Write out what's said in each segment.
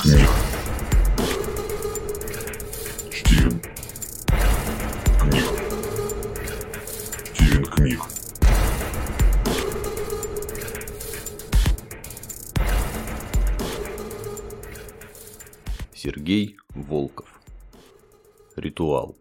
книг. Стивен книг. Стивен книг. Сергей Волков. Ритуал.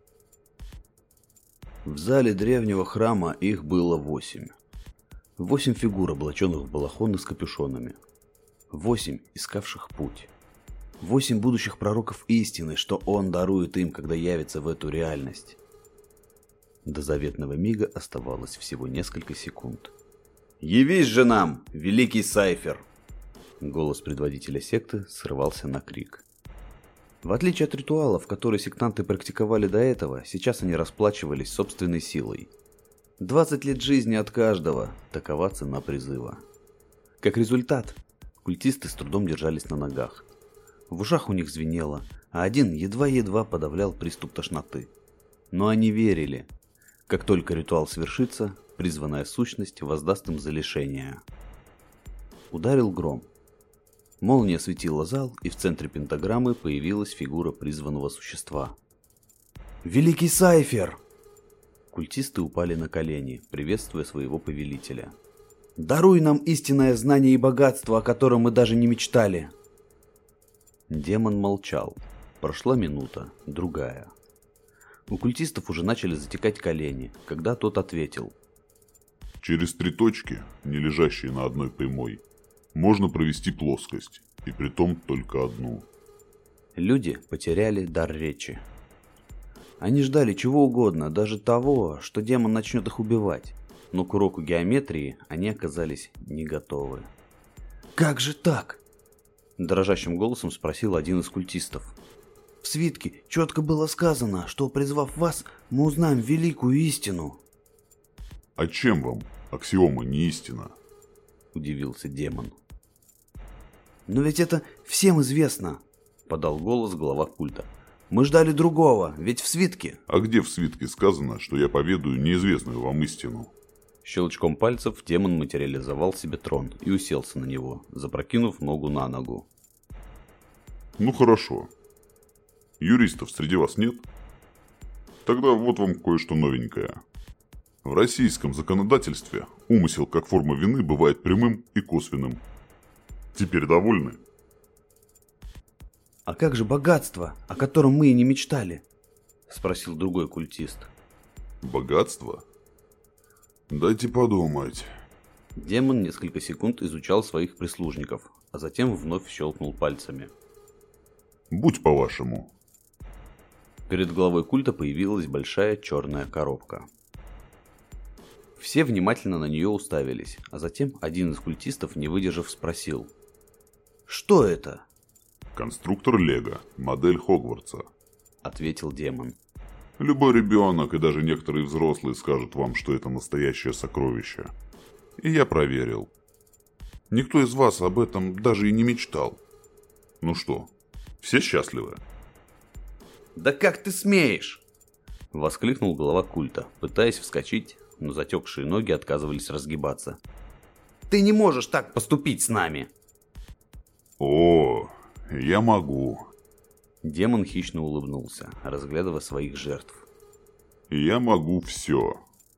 В зале древнего храма их было 8. 8 фигур, облаченных в балахоны с капюшонами. 8 искавших путь. 8 будущих пророков истины, что он дарует им, когда явится в эту реальность. До заветного мига оставалось всего несколько секунд. «Явись же нам, великий Сайфер!» Голос предводителя секты срывался на крик. В отличие от ритуалов, которые сектанты практиковали до этого, сейчас они расплачивались собственной силой. 20 лет жизни от каждого – такова цена призыва. Как результат, культисты с трудом держались на ногах. В ушах у них звенело, а один едва-едва подавлял приступ тошноты. Но они верили. Как только ритуал свершится, призванная сущность воздаст им за лишение. Ударил гром. Молния осветила зал, и в центре пентаграммы появилась фигура призванного существа. «Великий Сайфер!» Культисты упали на колени, приветствуя своего повелителя. «Даруй нам истинное знание и богатство, о котором мы даже не мечтали!» Демон молчал. Прошла минута, другая. У культистов уже начали затекать колени, когда тот ответил. Через 3 точки, не лежащие на одной прямой, можно провести плоскость, и притом только одну. Люди потеряли дар речи. Они ждали чего угодно, даже того, что демон начнет их убивать. Но к уроку геометрии они оказались не готовы. «Как же так?» Дрожащим голосом спросил один из культистов. «В свитке четко было сказано, что, призвав вас, мы узнаем великую истину». «А чем вам аксиома не истина?» Удивился демон. «Но ведь это всем известно», — подал голос глава культа. «Мы ждали другого, ведь в свитке...» «А где в свитке сказано, что я поведаю неизвестную вам истину?» Щелчком пальцев демон материализовал себе трон и уселся на него, запрокинув ногу на ногу. «Ну хорошо. Юристов среди вас нет? Тогда вот вам кое-что новенькое. В российском законодательстве умысел как форма вины бывает прямым и косвенным. Теперь довольны?» «А как же богатство, о котором мы и не мечтали?» — спросил другой культист. «Богатство? Дайте подумать». Демон несколько секунд изучал своих прислужников, а затем вновь щелкнул пальцами. «Будь по-вашему». Перед главой культа появилась большая черная коробка. Все внимательно на нее уставились, а затем один из культистов, не выдержав, спросил. «Что это?» «Конструктор Лего, модель Хогвартса», — ответил демон. «Любой ребенок и даже некоторые взрослые скажут вам, что это настоящее сокровище. И я проверил. Никто из вас об этом даже и не мечтал. Ну что, все счастливы?» «Да как ты смеешь?» — воскликнул глава культа, пытаясь вскочить, но затекшие ноги отказывались разгибаться. «Ты не можешь так поступить с нами!» «О, я могу!» Демон хищно улыбнулся, разглядывая своих жертв. «Я могу все!»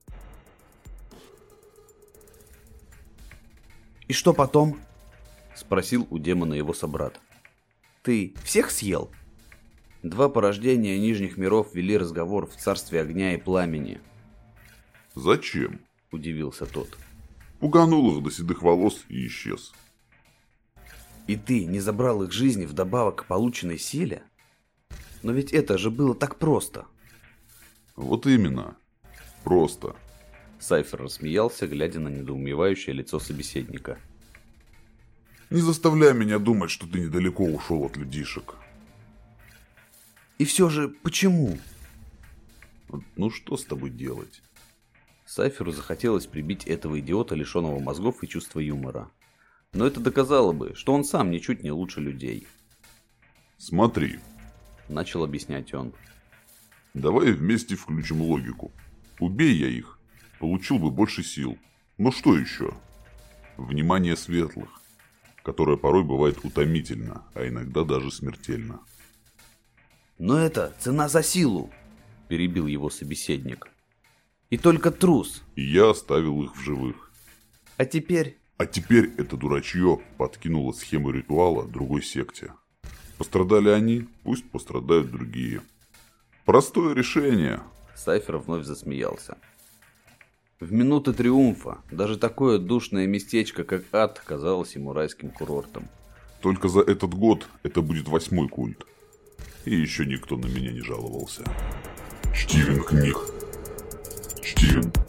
«И что потом?» — спросил у демона его собрат. «Ты всех съел?» Два порождения нижних миров вели разговор в царстве огня и пламени. «Зачем?» — удивился тот. Пуганул их до седых волос и исчез. «И ты не забрал их жизни вдобавок к полученной силе? Но ведь это же было так просто!» «Вот именно. Просто». Сайфер рассмеялся, глядя на недоумевающее лицо собеседника. «Не заставляй меня думать, что ты недалеко ушел от людишек». «И все же, почему?» «Ну что с тобой делать?» Сайферу захотелось прибить этого идиота, лишенного мозгов и чувства юмора. Но это доказало бы, что он сам ничуть не лучше людей. «Смотри», — начал объяснять он. «Давай вместе включим логику. Убей я их, получил бы больше сил. Но что еще? Внимание светлых. которое порой бывает утомительно, а иногда даже смертельно. «Но это цена за силу», – перебил его собеседник. «И только трус». И я оставил их в живых. А теперь это дурачье подкинуло схему ритуала другой секте. Пострадали они, пусть пострадают другие. Простое решение. Сайфер вновь засмеялся. В минуты триумфа даже такое душное местечко, как ад, казалось ему райским курортом. Только за этот год это будет 8-й культ. И еще никто на меня не жаловался. Штивен книг. Штивен.